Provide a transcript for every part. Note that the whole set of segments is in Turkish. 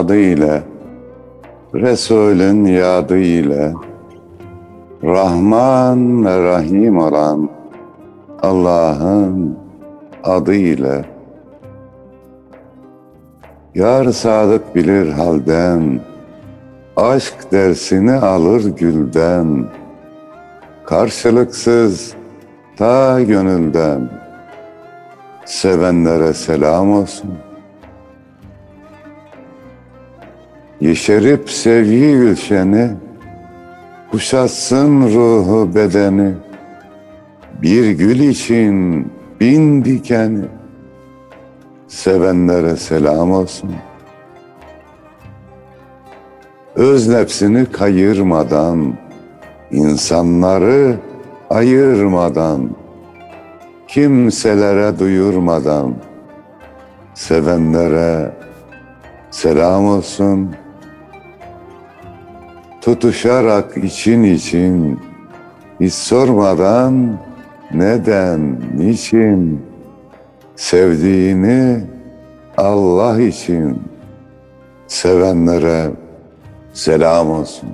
adı ile, Resulün yadı ile, Rahman ve Rahim olan Allah'ın adı ile, yar sadık bilir halden, aşk dersini alır gülden, karşılıksız ta gönülden, sevenlere selam olsun. Yeşerip sevgi gülşeni, kuşatsın ruhu bedeni, bir gül için bin dikeni, sevenlere selam olsun. Öz nefsini kayırmadan, insanları ayırmadan, kimselere duyurmadan, sevenlere selam olsun. Tutuşarak için, hiç sormadan neden, niçin, sevdiğini Allah için, sevenlere selam olsun.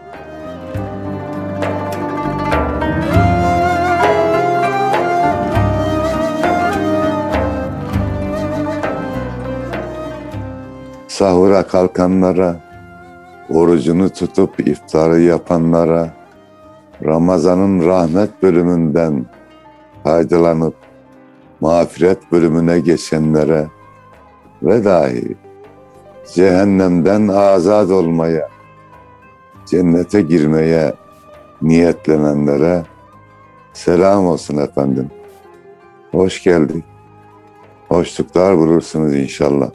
Sahura kalkanlara, orucunu tutup iftarı yapanlara, Ramazan'ın rahmet bölümünden faydalanıp mağfiret bölümüne geçenlere ve dahi cehennemden azat olmaya, cennete girmeye niyetlenenlere selam olsun efendim. Hoş geldik. Hoşluklar bulursunuz inşallah.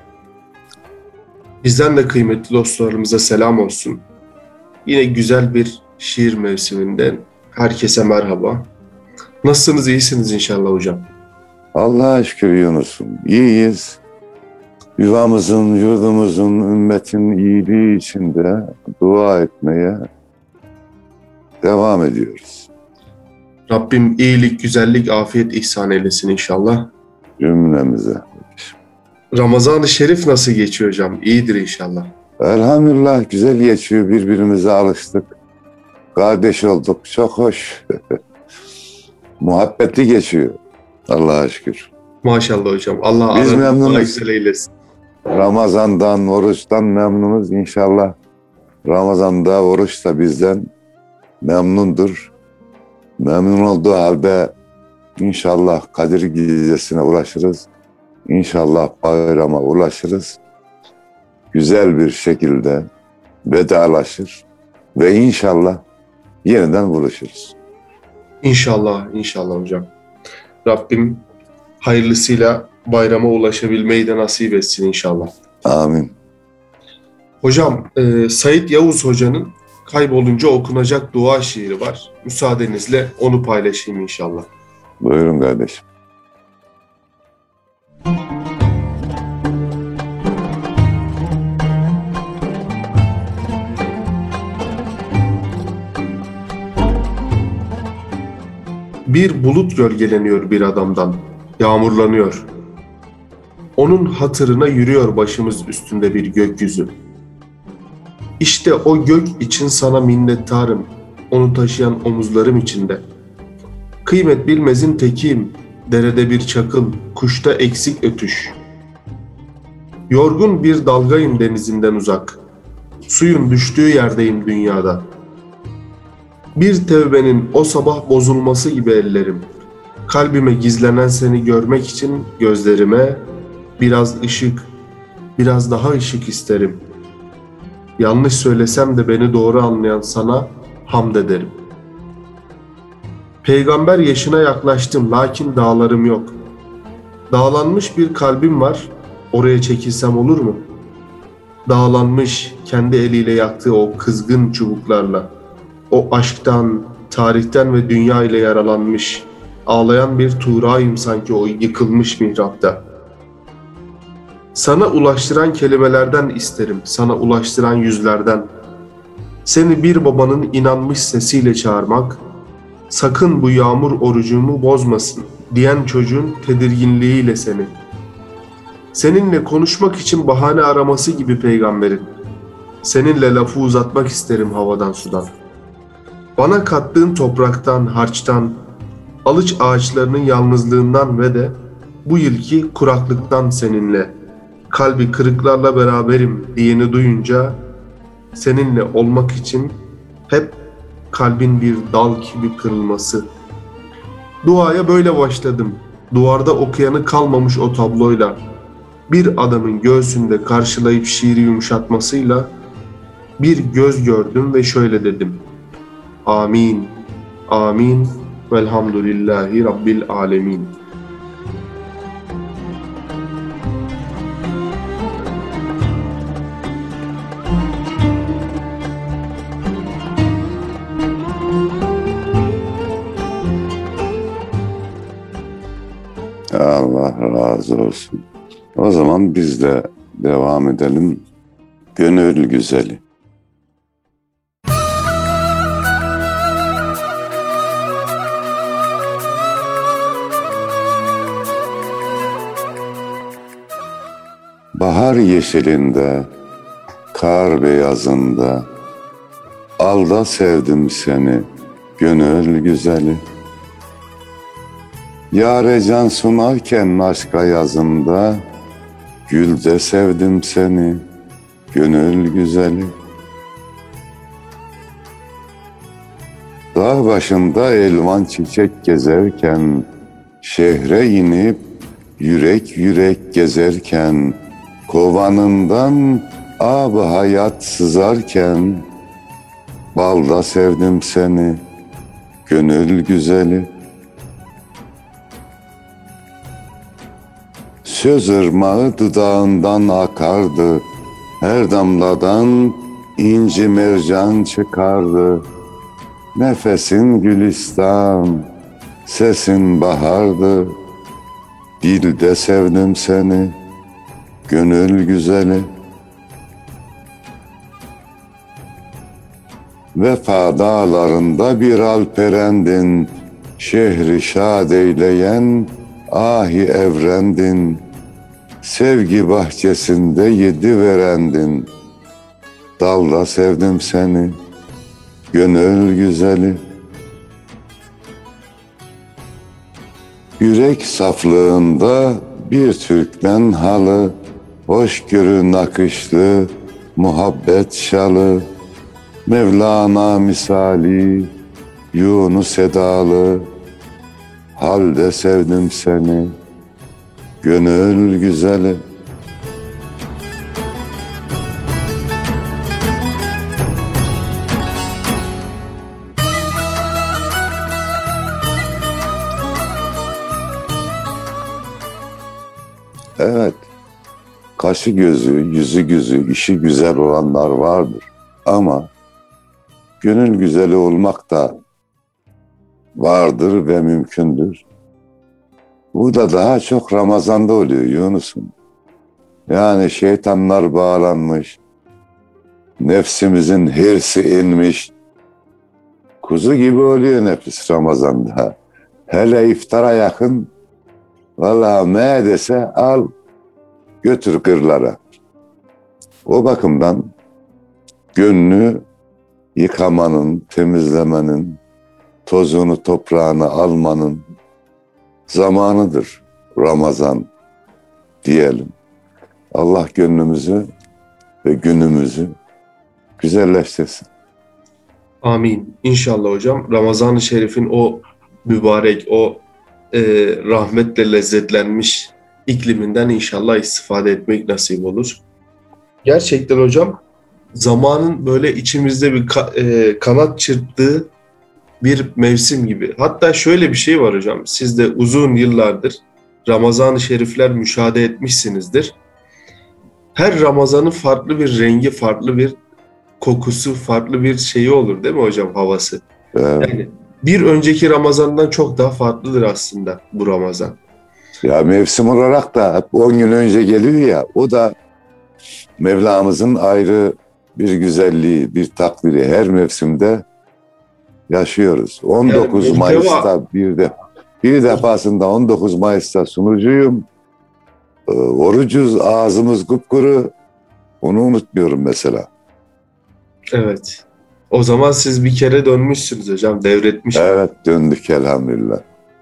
Bizden de kıymetli dostlarımıza selam olsun. Yine güzel bir şiir mevsiminden herkese merhaba. Nasılsınız, iyisiniz inşallah hocam? Allah'a şükür Yunus'um, iyiyiz. Yuvamızın, yurdumuzun, ümmetin iyiliği içinde dua etmeye devam ediyoruz. Rabbim iyilik, güzellik, afiyet ihsan eylesin inşallah. Cümlemize. Ramazan-ı Şerif nasıl geçiyor hocam? İyidir inşallah. Elhamdülillah güzel geçiyor. Birbirimize alıştık. Kardeş olduk. Çok hoş. Muhabbetli geçiyor. Allah'a şükür. Maşallah hocam. Allah Biz aranızı memnunuz. güzel eylesin. Ramazan'dan, oruçtan memnunuz inşallah. Ramazan'da, oruç da bizden memnundur. Memnun olduğu halde inşallah Kadir Gecesi'ne ulaşırız. İnşallah bayrama ulaşırız. Güzel bir şekilde vedalaşır ve inşallah yeniden buluşuruz. İnşallah, inşallah hocam. Rabbim hayırlısıyla bayrama ulaşabilmeyi de nasip etsin inşallah. Amin. Hocam, Said Yavuz Hoca'nın Kaybolunca Okunacak Dua şiiri var. Müsaadenizle onu paylaşayım inşallah. Buyurun kardeşim. Bir bulut gölgeleniyor bir adamdan, yağmurlanıyor. Onun hatırına yürüyor başımız üstünde bir gökyüzü. İşte o gök için sana minnettarım, onu taşıyan omuzlarım içinde. Kıymet bilmezin tekiyim, derede bir çakıl, kuşta eksik ötüş. Yorgun bir dalgayım denizinden uzak, suyun düştüğü yerdeyim dünyada. Bir tevbenin o sabah bozulması gibi ellerim, kalbime gizlenen seni görmek için gözlerime biraz ışık, biraz daha ışık isterim. Yanlış söylesem de beni doğru anlayan sana hamd ederim. Peygamber yaşına yaklaştım lakin dağlarım yok. Dağlanmış bir kalbim var, oraya çekilsem olur mu? Dağlanmış, kendi eliyle yaktığı o kızgın çubuklarla, o aşktan, tarihten ve dünya ile yaralanmış, ağlayan bir Tuğra'yım sanki o yıkılmış mihrapta. Sana ulaştıran kelimelerden isterim, sana ulaştıran yüzlerden. Seni bir babanın inanmış sesiyle çağırmak, sakın bu yağmur orucumu bozmasın diyen çocuğun tedirginliğiyle seni. Seninle konuşmak için bahane araması gibi peygamberin. Seninle lafı uzatmak isterim havadan sudan. Bana kattığın topraktan, harçtan, alıç ağaçlarının yalnızlığından ve de bu yılki kuraklıktan seninle, kalbi kırıklarla beraberim diyeni duyunca, seninle olmak için hep kalbin bir dal gibi kırılması. Duaya böyle başladım. Duvarda okuyanı kalmamış o tabloyla, bir adamın göğsünde karşılayıp şiiri yumuşatmasıyla bir göz gördüm ve şöyle dedim. Amin, amin, velhamdülillahi Rabbil alemin. Allah razı olsun. O zaman biz de devam edelim. Gönül güzeli. Bahar yeşilinde, kar beyazında, alda sevdim seni, gönül güzeli. Yâre can sunarken aşka yazında, gülde sevdim seni, gönül güzeli. Dağ başında elvan çiçek gezerken, şehre inip yürek yürek gezerken, kovanından ab hayat sızarken, balda sevdim seni, gönül güzeli. Söz ırmağı dudağından akardı, her damladan inci mercan çıkardı. Nefesin gülistan, sesin bahardı, dilde sevdim seni, gönül güzeli. Vefa dağlarında bir alperendin, şehri şad eyleyen ahi evrendin. Sevgi bahçesinde yedi verendin, dalda sevdim seni, gönül güzeli. Yürek saflığında bir Türkmen halı, hoşgörü nakışlı, muhabbet şalı, Mevlana misali, Yunus edalı, halde sevdim seni, gönül güzeli. Evet, kaşı gözü, yüzü güzü, işi güzel olanlar vardır. Ama gönül güzeli olmak da vardır ve mümkündür. Bu da daha çok Ramazan'da oluyor Yunus'um. Yani şeytanlar bağlanmış, nefsimizin hırsı inmiş. Kuzu gibi oluyor nefis Ramazan'da. Hele iftara yakın, vallahi ne dese al, götür kırlara. O bakımdan gönlü yıkamanın, temizlemenin, tozunu toprağını almanın zamanıdır Ramazan diyelim. Allah gönlümüzü ve günümüzü güzelleştirsin. Amin. İnşallah hocam. Ramazan-ı Şerif'in o mübarek, o rahmetle lezzetlenmiş ikliminden inşallah istifade etmek nasip olur. Gerçekten hocam zamanın böyle içimizde bir kanat çırptığı bir mevsim gibi. Hatta şöyle bir şey var hocam. Siz de uzun yıllardır Ramazan-ı Şerifler müşahede etmişsinizdir. Her Ramazan'ın farklı bir rengi, farklı bir kokusu, farklı bir şeyi olur değil mi hocam, havası? Yani bir önceki Ramazan'dan çok daha farklıdır aslında bu Ramazan. Ya mevsim olarak da hep 10 gün önce geliyor ya, o da Mevlamızın ayrı bir güzelliği, bir takdiri. Her mevsimde yaşıyoruz. 19 Mayıs'ta bir defasında 19 Mayıs'ta sunucuyum. Orucuz, ağzımız kupkuru. Onu unutmuyorum mesela. Evet. O zaman siz bir kere dönmüşsünüz hocam, devretmiş. Evet, döndük elhamdülillah.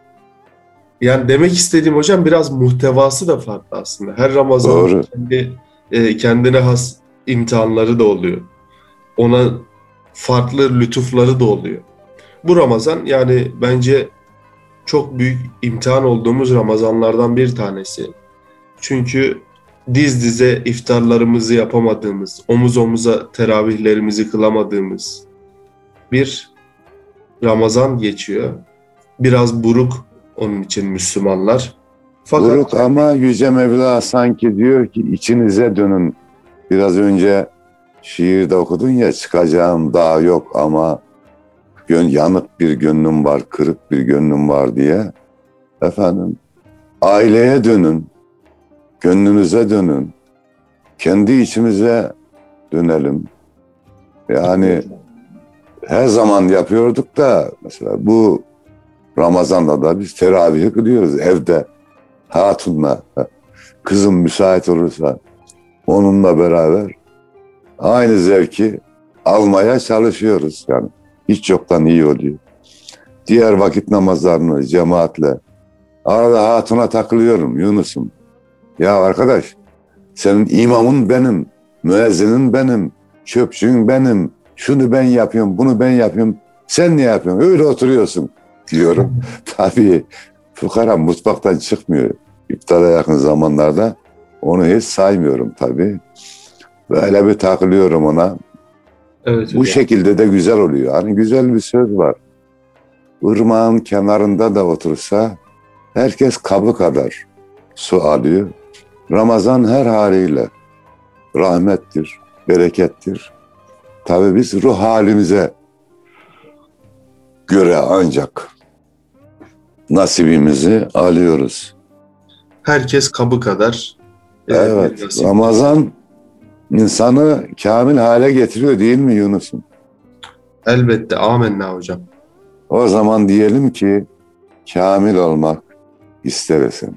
Yani demek istediğim hocam biraz muhtevası da farklı aslında. Her Ramazan Doğru. kendine has imtihanları da oluyor. Ona farklı lütufları da oluyor. Bu Ramazan yani bence çok büyük imtihan olduğumuz Ramazanlardan bir tanesi. Çünkü diz dize iftarlarımızı yapamadığımız, omuz omuza teravihlerimizi kılamadığımız bir Ramazan geçiyor. Biraz buruk onun için Müslümanlar. Fakat Buruk ama Yüce Mevla sanki diyor ki içinize dönün. Biraz önce şiirde okudun ya, çıkacağım dağ yok ama yanık bir gönlüm var, kırık bir gönlüm var diye. Efendim, aileye dönün, gönlünüze dönün, kendi içimize dönelim. Yani her zaman yapıyorduk da mesela bu Ramazan'da da biz teravih kılıyoruz evde hatunla. Kızım müsait olursa onunla beraber aynı zevki almaya çalışıyoruz yani. Hiç yoktan iyi oluyor. Diğer vakit namazlarını cemaatle. Arada hatuna takılıyorum Yunus'um. Ya arkadaş, senin imamın benim, müezzinin benim, çöpçün benim, şunu ben yapıyorum, bunu ben yapıyorum. Sen ne yapıyorsun? Öyle oturuyorsun diyorum. Tabii fukara mutfaktan çıkmıyor. İftara yakın zamanlarda onu hiç saymıyorum tabii. Böyle bir takılıyorum ona. evet Bu hocam. şekilde de güzel oluyor. Hani güzel bir söz var. Irmağın kenarında da otursa herkes kabı kadar su alıyor. Ramazan her haliyle rahmettir, berekettir. Tabii biz ruh halimize göre ancak nasibimizi alıyoruz. Herkes kabı kadar. Evet, bir nasip. Ramazan insanı kamil hale getiriyor değil mi Yunus'um? Elbette. Amenna hocam. O zaman diyelim ki kamil olmak istersin.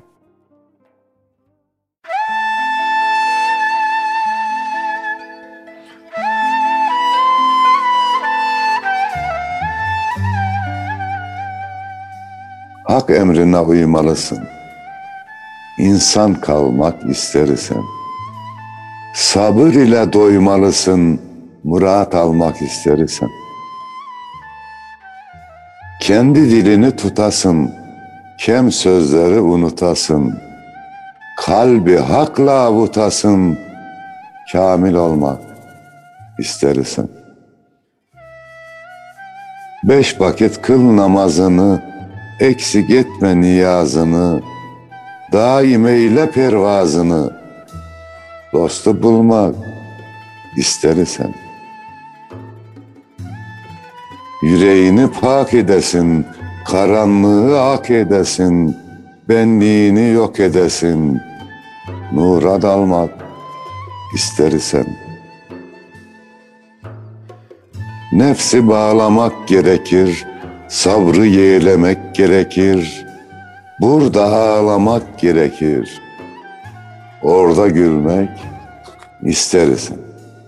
Hak emrine uymalısın. İnsan kalmak istersen. Sabır ile doymalısın, murat almak istersen. Kendi dilini tutasın, kem sözleri unutasın. Kalbi hakla avutasın, kamil olmak istersen. 5 vakit kıl namazını, eksik etme niyazını, daim eyle pervazını, dostu bulmak istersen. Yüreğini pak edesin, karanlığı ak edesin, benliğini yok edesin, nura dalmak istersen. Nefsi bağlamak gerekir, sabrı yeğlemek gerekir, burada ağlamak gerekir, orada gülmek istersen.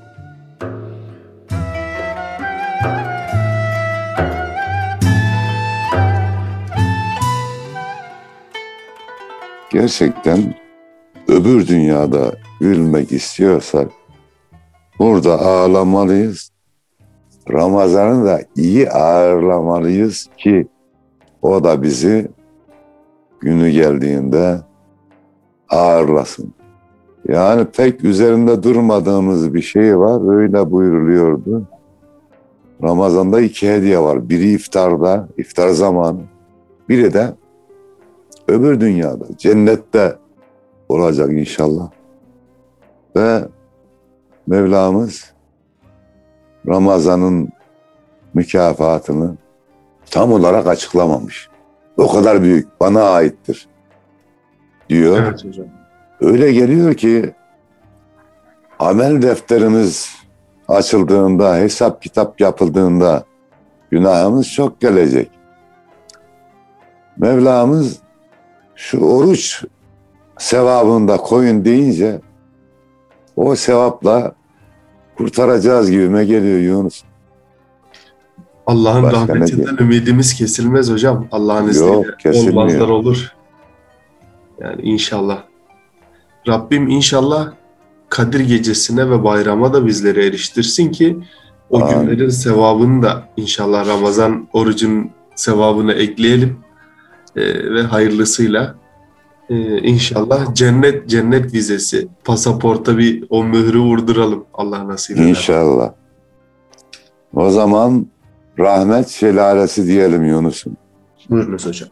Gerçekten öbür dünyada gülmek istiyorsak burada ağlamalıyız. Ramazan'ı da iyi ağırlamalıyız ki o da bizi günü geldiğinde ağırlasın. Yani pek üzerinde durmadığımız bir şey var, öyle buyuruluyordu. Ramazan'da 2 hediye var. Biri iftarda, iftar zamanı. Biri de öbür dünyada, cennette olacak inşallah. Ve Mevlamız Ramazan'ın mükafatını tam olarak açıklamamış. O kadar büyük, bana aittir diyor. Evet hocam. Öyle geliyor ki amel defterimiz açıldığında, hesap kitap yapıldığında günahımız çok gelecek. Mevlamız şu oruç sevabını da koyun deyince o sevapla kurtaracağız gibime geliyor Yunus. Allah'ın Başka ne rahmetinden diyeyim? ümidimiz kesilmez hocam. Allah'ın izniyle Yok, kesilmiyor. olmazlar olur. Yani inşallah. Rabbim inşallah Kadir Gecesi'ne ve bayrama da bizleri eriştirsin ki o Amin. günlerin sevabını da inşallah Ramazan orucun sevabını ekleyelim. Ve hayırlısıyla inşallah cennet vizesi, pasaporta bir o mührü vurduralım Allah nasip eder. İnşallah. O zaman rahmet şelalesi diyelim Yunus'um. Buyurunuz hocam.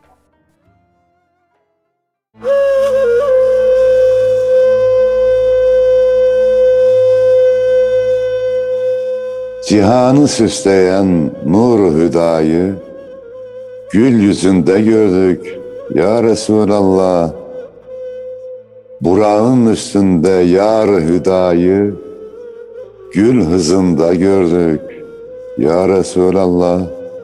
Cihanı süsleyen nur-u hüdayı gül yüzünde gördük ya Resulallah. Burağın üstünde yar-ı hüdayı gül hızında gördük ya Resulallah.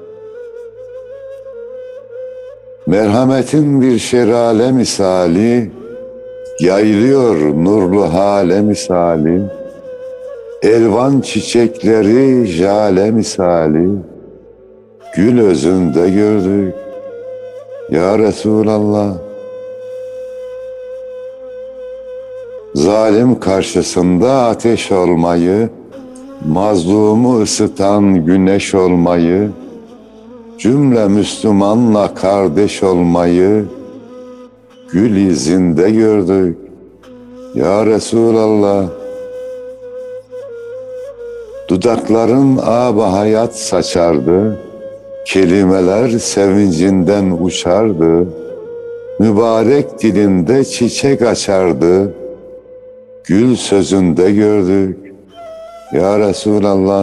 Merhametin bir şelale misali yayılıyor nurlu hale misali. Elvan çiçekleri jale misali gül özünde gördük ya Resulallah. Zalim karşısında ateş olmayı, mazlumu ısıtan güneş olmayı, cümle Müslümanla kardeş olmayı gül izinde gördük ya Resulallah. Dudakların âb-ı hayat saçardı, kelimeler sevincinden uçardı, mübarek dilinde çiçek açardı, gül sözünde gördük ya Resulallah.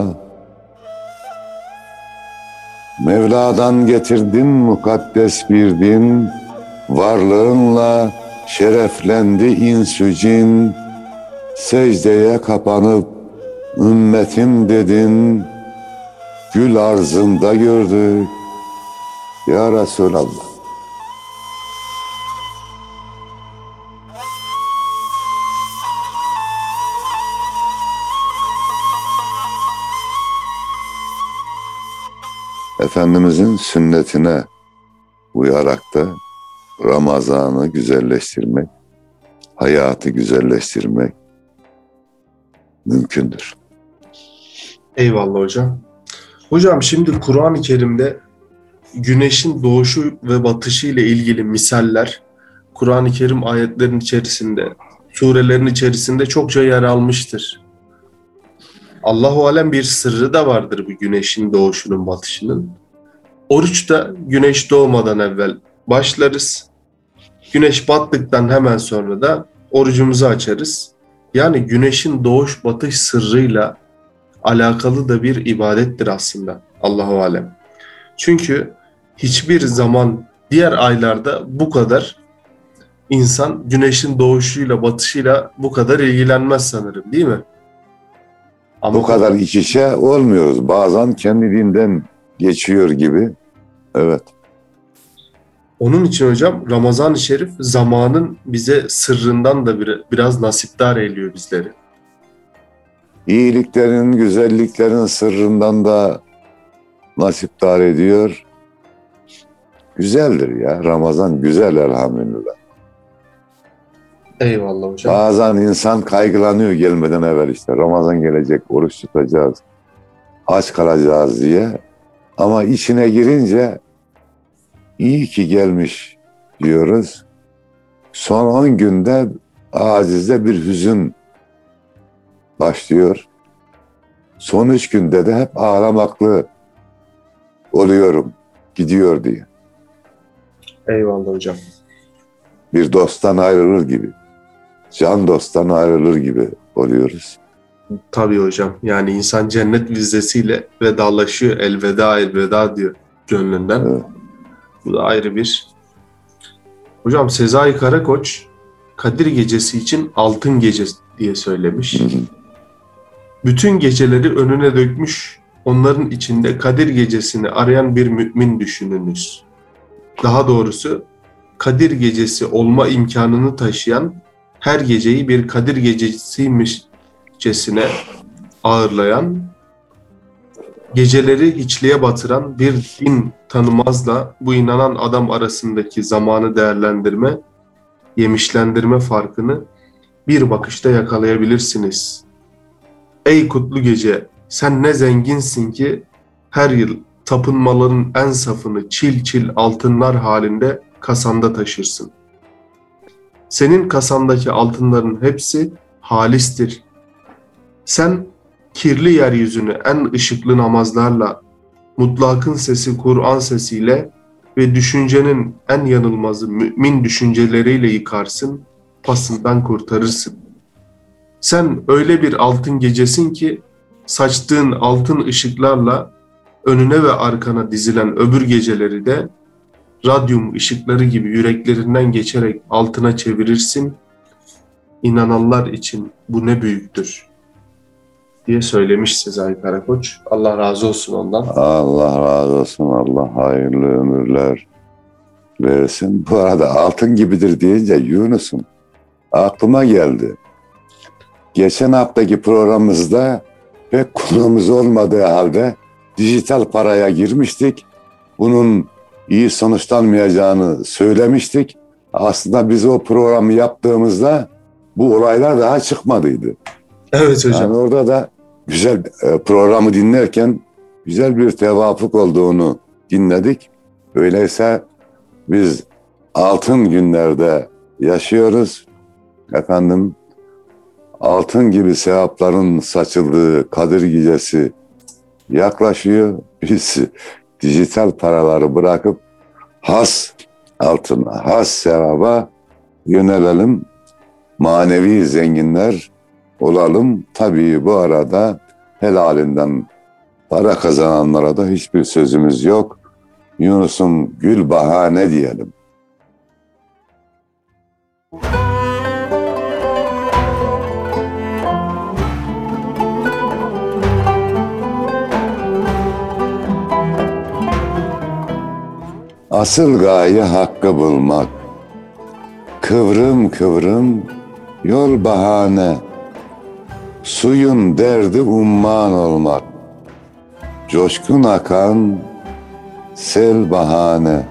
Mevla'dan getirdin mukaddes bir din, varlığınla şereflendi insü cin, secdeye kapanıp ümmetim dedin, gül arzında gördük ya Resulallah. Efendimizin sünnetine uyarak da Ramazan'ı güzelleştirmek, hayatı güzelleştirmek mümkündür. Eyvallah hocam. Hocam şimdi Kur'an-ı Kerim'de güneşin doğuşu ve batışı ile ilgili misaller Kur'an-ı Kerim ayetlerin içerisinde, surelerin içerisinde çokça yer almıştır. Allahu alem bir sırrı da vardır bu güneşin doğuşunun, batışının. Oruçta güneş doğmadan evvel başlarız. Güneş battıktan hemen sonra da orucumuzu açarız. Yani güneşin doğuş batış sırrıyla alakalı da bir ibadettir aslında Allahu alem. Çünkü hiçbir zaman diğer aylarda bu kadar insan güneşin doğuşuyla batışıyla bu kadar ilgilenmez sanırım, değil mi? Ama Bu kadar iç içe olmuyoruz. Bazen kendiliğinden geçiyor gibi. Evet. onun için hocam Ramazan-ı Şerif zamanın bize sırrından da biraz nasipdar eyliyor bizleri. İyiliklerin, güzelliklerin sırrından da nasipdar ediyor. Güzeldir ya. Ramazan güzel elhamdülillah. Eyvallah hocam. Bazen insan kaygılanıyor gelmeden evvel işte. Ramazan gelecek, oruç tutacağız, aç kalacağız diye. Ama içine girince iyi ki gelmiş diyoruz. Son 10 günde acizde bir hüzün başlıyor. Son 3 günde de hep ağlamaklı oluyorum, gidiyor diye. Eyvallah hocam. Bir dosttan ayrılır gibi, can dosttan ayrılır gibi oluyoruz. Tabii hocam. Yani insan cennet vizesiyle vedalaşıyor. Elveda elveda diyor gönlünden. Evet. Bu da ayrı bir. Hocam Sezai Karakoç Kadir Gecesi için altın gece diye söylemiş. Hı hı. Bütün geceleri önüne dökmüş. Onların içinde Kadir Gecesini arayan bir mümin düşününüz. Daha doğrusu Kadir Gecesi olma imkanını taşıyan, her geceyi bir Kadir Gecesiymişçesine ağırlayan, geceleri hiçliğe batıran bir din tanımazla bu inanan adam arasındaki zamanı değerlendirme, yemişlendirme farkını bir bakışta yakalayabilirsiniz. Ey kutlu gece, sen ne zenginsin ki her yıl tapınmaların en safını çil çil altınlar halinde kasanda taşırsın. Senin kasandaki altınların hepsi halistir. Sen kirli yeryüzünü en ışıklı namazlarla, mutlakın sesi Kur'an sesiyle ve düşüncenin en yanılmazı mümin düşünceleriyle yıkarsın, pasından kurtarırsın. Sen öyle bir altın gecesin ki, saçtığın altın ışıklarla önüne ve arkana dizilen öbür geceleri de radyum ışıkları gibi yüreklerinden geçerek altına çevirirsin. İnananlar için bu ne büyüktür diye söylemiş Sezai Karakoç. Allah razı olsun ondan. Allah razı olsun. Allah hayırlı ömürler versin. Bu arada altın gibidir deyince Yunus'um aklıma geldi. Geçen haftaki programımızda pek konumuz olmadığı halde dijital paraya girmiştik. Bunun iyi sonuçlanmayacağını söylemiştik. Aslında biz o programı yaptığımızda bu olaylar daha çıkmadıydı. Evet hocam. Yani orada da güzel programı dinlerken güzel bir tevafuk olduğunu dinledik. Öyleyse biz altın günlerde yaşıyoruz. Efendim, altın gibi sevapların saçıldığı Kadir Gecesi yaklaşıyor. Biz dijital paraları bırakıp has altına, has sevaba yönelelim. Manevi zenginler olalım. Tabii bu arada helalinden para kazananlara da hiçbir sözümüz yok. Yunus'um gül bahane diyelim. Asıl gaye hakkı bulmak. Kıvrım kıvrım yol bahane. Suyun derdi umman olmak. Coşkun akan sel bahane.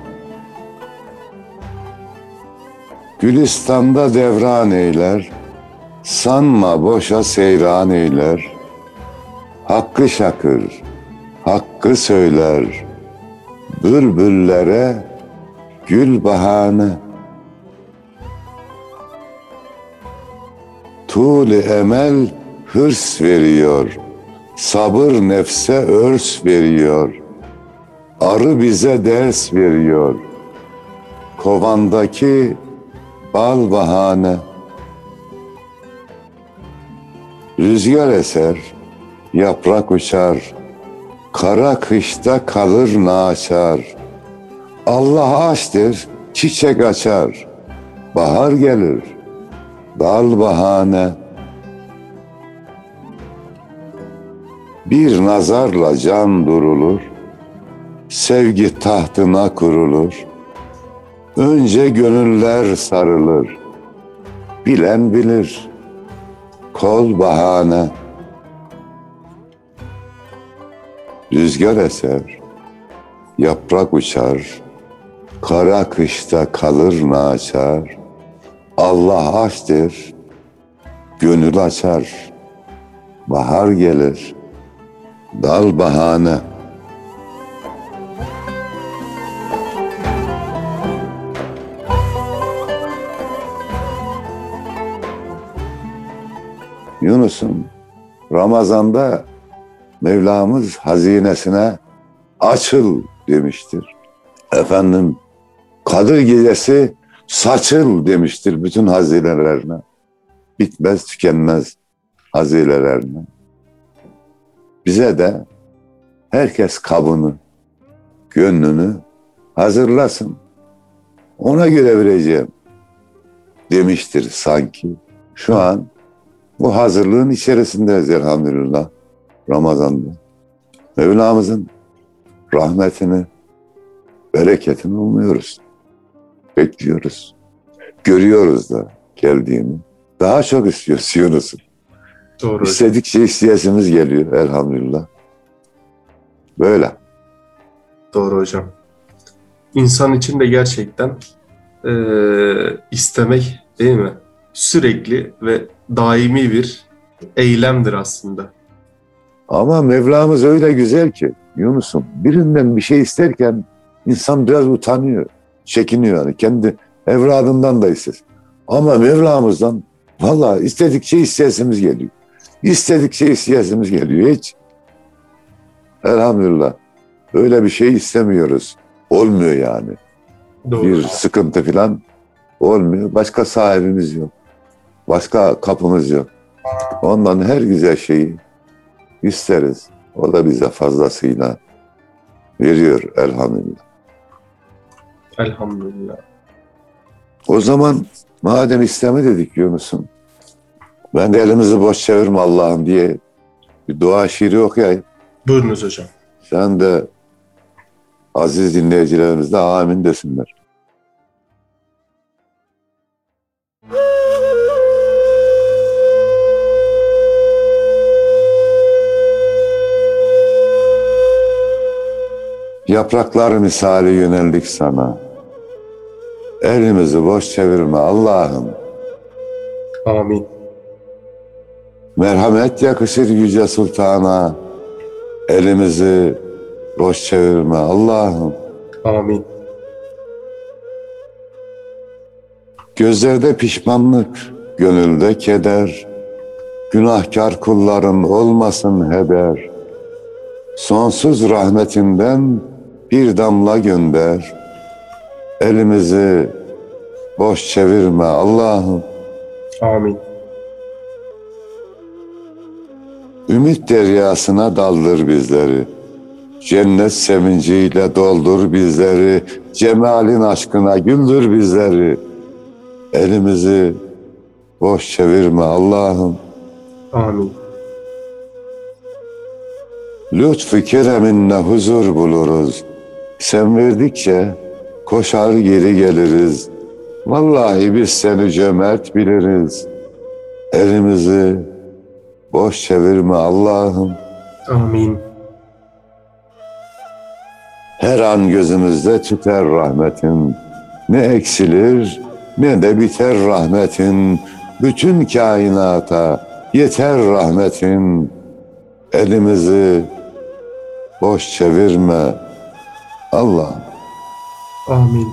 Gülistan'da devran eyler. Sanma boşa seyran eyler. Hakkı şakır, hakkı söyler. Bülbüllere gül bahane. Tuğli emel hırs veriyor. Sabır nefse örs veriyor. Arı bize ders veriyor. Kovandaki bal bahane. Rüzgar eser, yaprak uçar. Kara kışta kalır naçar. Allah açtır, çiçek açar. Bahar gelir, dal bahane. Bir nazarla can durulur. Sevgi tahtına kurulur. Önce gönüller sarılır. Bilen bilir, kol bahane. Rüzgar eser, yaprak uçar, kara kışta kalır naçar. Allah açtır, gönül açar. Bahar gelir, dal bahane. Yunus'um, Ramazan'da Mevlamız hazinesine açıl demiştir. Efendim, Kadir Gecesi saçıl demiştir bütün hazinelerine. Bitmez tükenmez hazinelerine. Bize de herkes kabını, gönlünü hazırlasın. Ona göre vereceğim demiştir sanki. Şu an bu hazırlığın içerisindeyiz elhamdülillah. Ramazan'da Mevlamızın rahmetini, bereketini umuyoruz. bekliyoruz. Görüyoruz da geldiğini. Daha çok istiyoruz Yunus'um. Doğru hocam. İstedikçe isteyesimiz geliyor elhamdülillah. Böyle. Doğru hocam. İnsan için de gerçekten istemek değil mi? Sürekli ve daimi bir eylemdir aslında. Ama Mevlamız öyle güzel ki Yunus'um, birinden bir şey isterken insan biraz utanıyor, çekiniyor yani kendi evladından da ister. Ama Mevlamızdan vallahi istedikçe isteyesimiz geliyor. İstedikçe isteyesimiz geliyor hiç. Elhamdülillah öyle bir şey istemiyoruz. Olmuyor yani. Doğru. Bir sıkıntı falan olmuyor. Başka sahibimiz yok. Başka kapımız yok. Ondan her güzel şeyi isteriz. O da bize fazlasıyla veriyor elhamdülillah. Elhamdülillah. O zaman madem isteme dedik Yunus'um, ben de elimizi boş çevirme Allah'ım diye bir dua şiiri okuyayım. Buyurunuz hocam. Sen de aziz dinleyicilerimiz de amin desinler. Yapraklar misali yöneldik sana. Elimizi boş çevirme Allah'ım. Amin. Merhamet yakışır yüce sultana. Elimizi boş çevirme Allah'ım. Amin. Gözlerde pişmanlık, gönülde keder. Günahkar kulların olmasın heder. Sonsuz rahmetinden bir damla gönder. Elimizi boş çevirme Allah'ım. Amin. Ümit deryasına daldır bizleri. Cennet sevinciyle doldur bizleri. Cemalin aşkına güldür bizleri. Elimizi boş çevirme Allah'ım. Amin. Lütfü kereminle huzur buluruz. Sen verdikçe koşar geri geliriz. Vallahi biz seni cömert biliriz. Elimizi boş çevirme Allah'ım. Amin. Her an gözümüzde tüter rahmetin. Ne eksilir ne de biter rahmetin. Bütün kainata yeter rahmetin. Elimizi boş çevirme Allah'ım. Amin.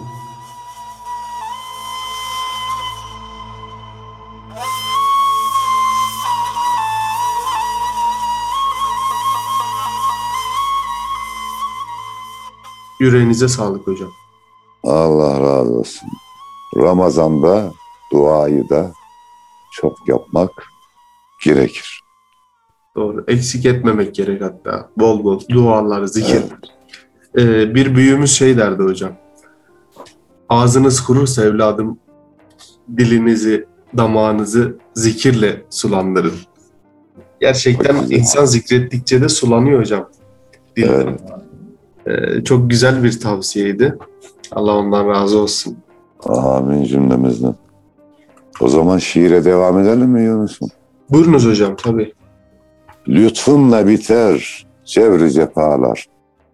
Yüreğinize sağlık hocam. Allah razı olsun. Ramazan'da duayı da çok yapmak gerekir. Doğru. Eksik etmemek gerek hatta. Bol bol dualar, zikir. Bir büyüğümüz şey derdi hocam. Ağzınız kurursa evladım dilinizi, damağınızı zikirle sulandırın. Gerçekten insan zikrettikçe de sulanıyor hocam. Evet. Çok güzel bir tavsiyeydi. Allah ondan razı olsun. Amin cümlemizden. O zaman şiire devam edelim mi Yunus'um? Buyurunuz hocam tabii. Lütfunla biter cevri cefalar.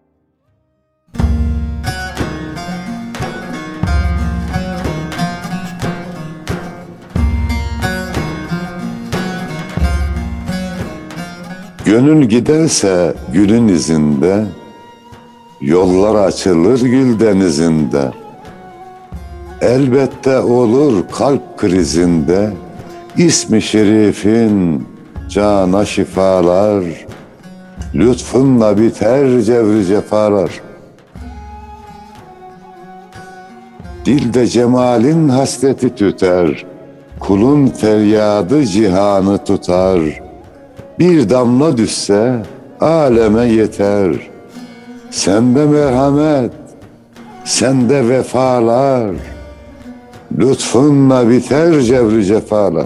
Gönül giderse gülün izinde, yollar açılır gül denizinde. Elbette olur kalp krizinde, ismi şerifin cana şifalar. Lütfunla biter cevri cefalar. Dilde cemalin hasreti tüter, kulun feryadı cihanı tutar. Bir damla düşse aleme yeter. Sende merhamet, sende vefalar. Lütfunla biter cevri cefalar.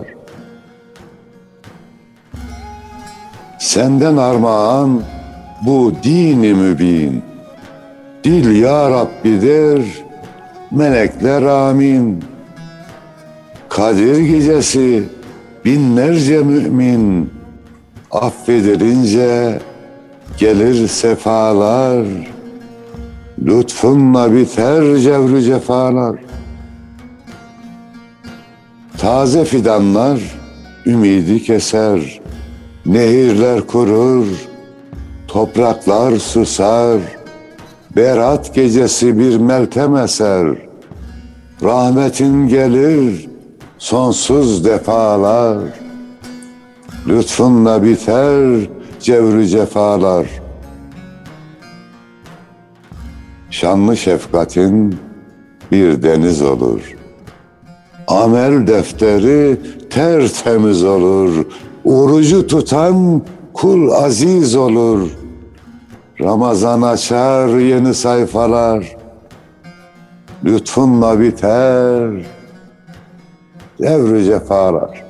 Senden armağan bu dini mübin. Dil ya Rabbi der, melekler amin. Kadir gecesi binlerce mümin, affedilince gelir sefalar, lütfunla biter cevrü cefalar. Taze fidanlar ümidi keser, nehirler kurur, topraklar susar, berat gecesi bir meltem eser, rahmetin gelir sonsuz defalar, lütfunla biter cevrü cefalar. Şanlı şefkatin bir deniz olur, amel defteri tertemiz olur, orucu tutan kul aziz olur. Ramazan açar yeni sayfalar, lütfunla biter devri cefalar.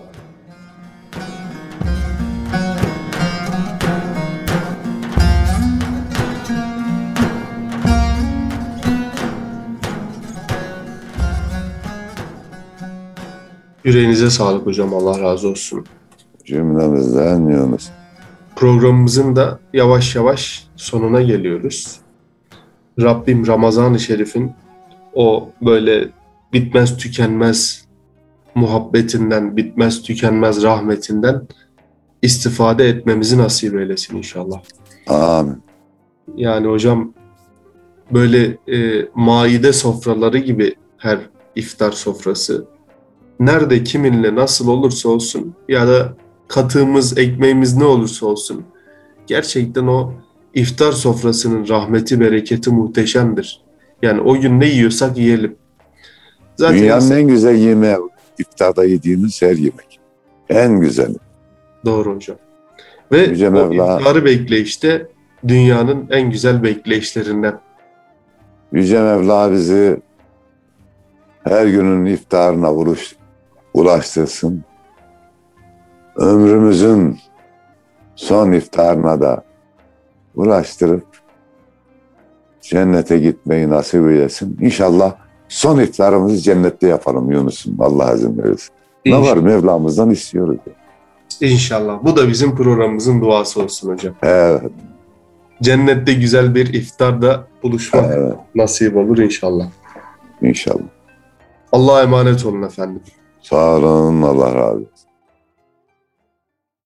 Yüreğinize sağlık hocam, Allah razı olsun. Cümlemizden Yunus. Programımızın da yavaş yavaş sonuna geliyoruz. Rabbim Ramazan-ı Şerif'in o böyle bitmez tükenmez muhabbetinden, bitmez tükenmez rahmetinden istifade etmemizi nasip eylesin inşallah. Amin. Yani hocam böyle maide sofraları gibi her iftar sofrası nerede kiminle nasıl olursa olsun ya da katığımız, ekmeğimiz ne olursa olsun gerçekten o iftar sofrasının rahmeti, bereketi muhteşemdir. Yani o gün ne yiyorsak yiyelim. Zaten dünyanın en güzel yemeği iftarda yediğimiz her yemek. En güzeli. Doğru hocam. Ve Yüce o Mevla, iftarı bekleyişte dünyanın en güzel bekleyişlerinden. Yüce Mevla bizi her günün iftarına ulaştırsın. Ömrümüzün son iftarına da ulaştırıp cennete gitmeyi nasip eylesin. İnşallah son iftarımızı cennette yapalım Yunus'um. Allah izin verirse. Ne var Mevlamızdan istiyoruz. İnşallah. Bu da bizim programımızın duası olsun hocam. Evet. Cennette güzel bir iftarda buluşmak nasip olur inşallah. İnşallah. Allah'a emanet olun efendim. Sağ olun. Allah razı olsun.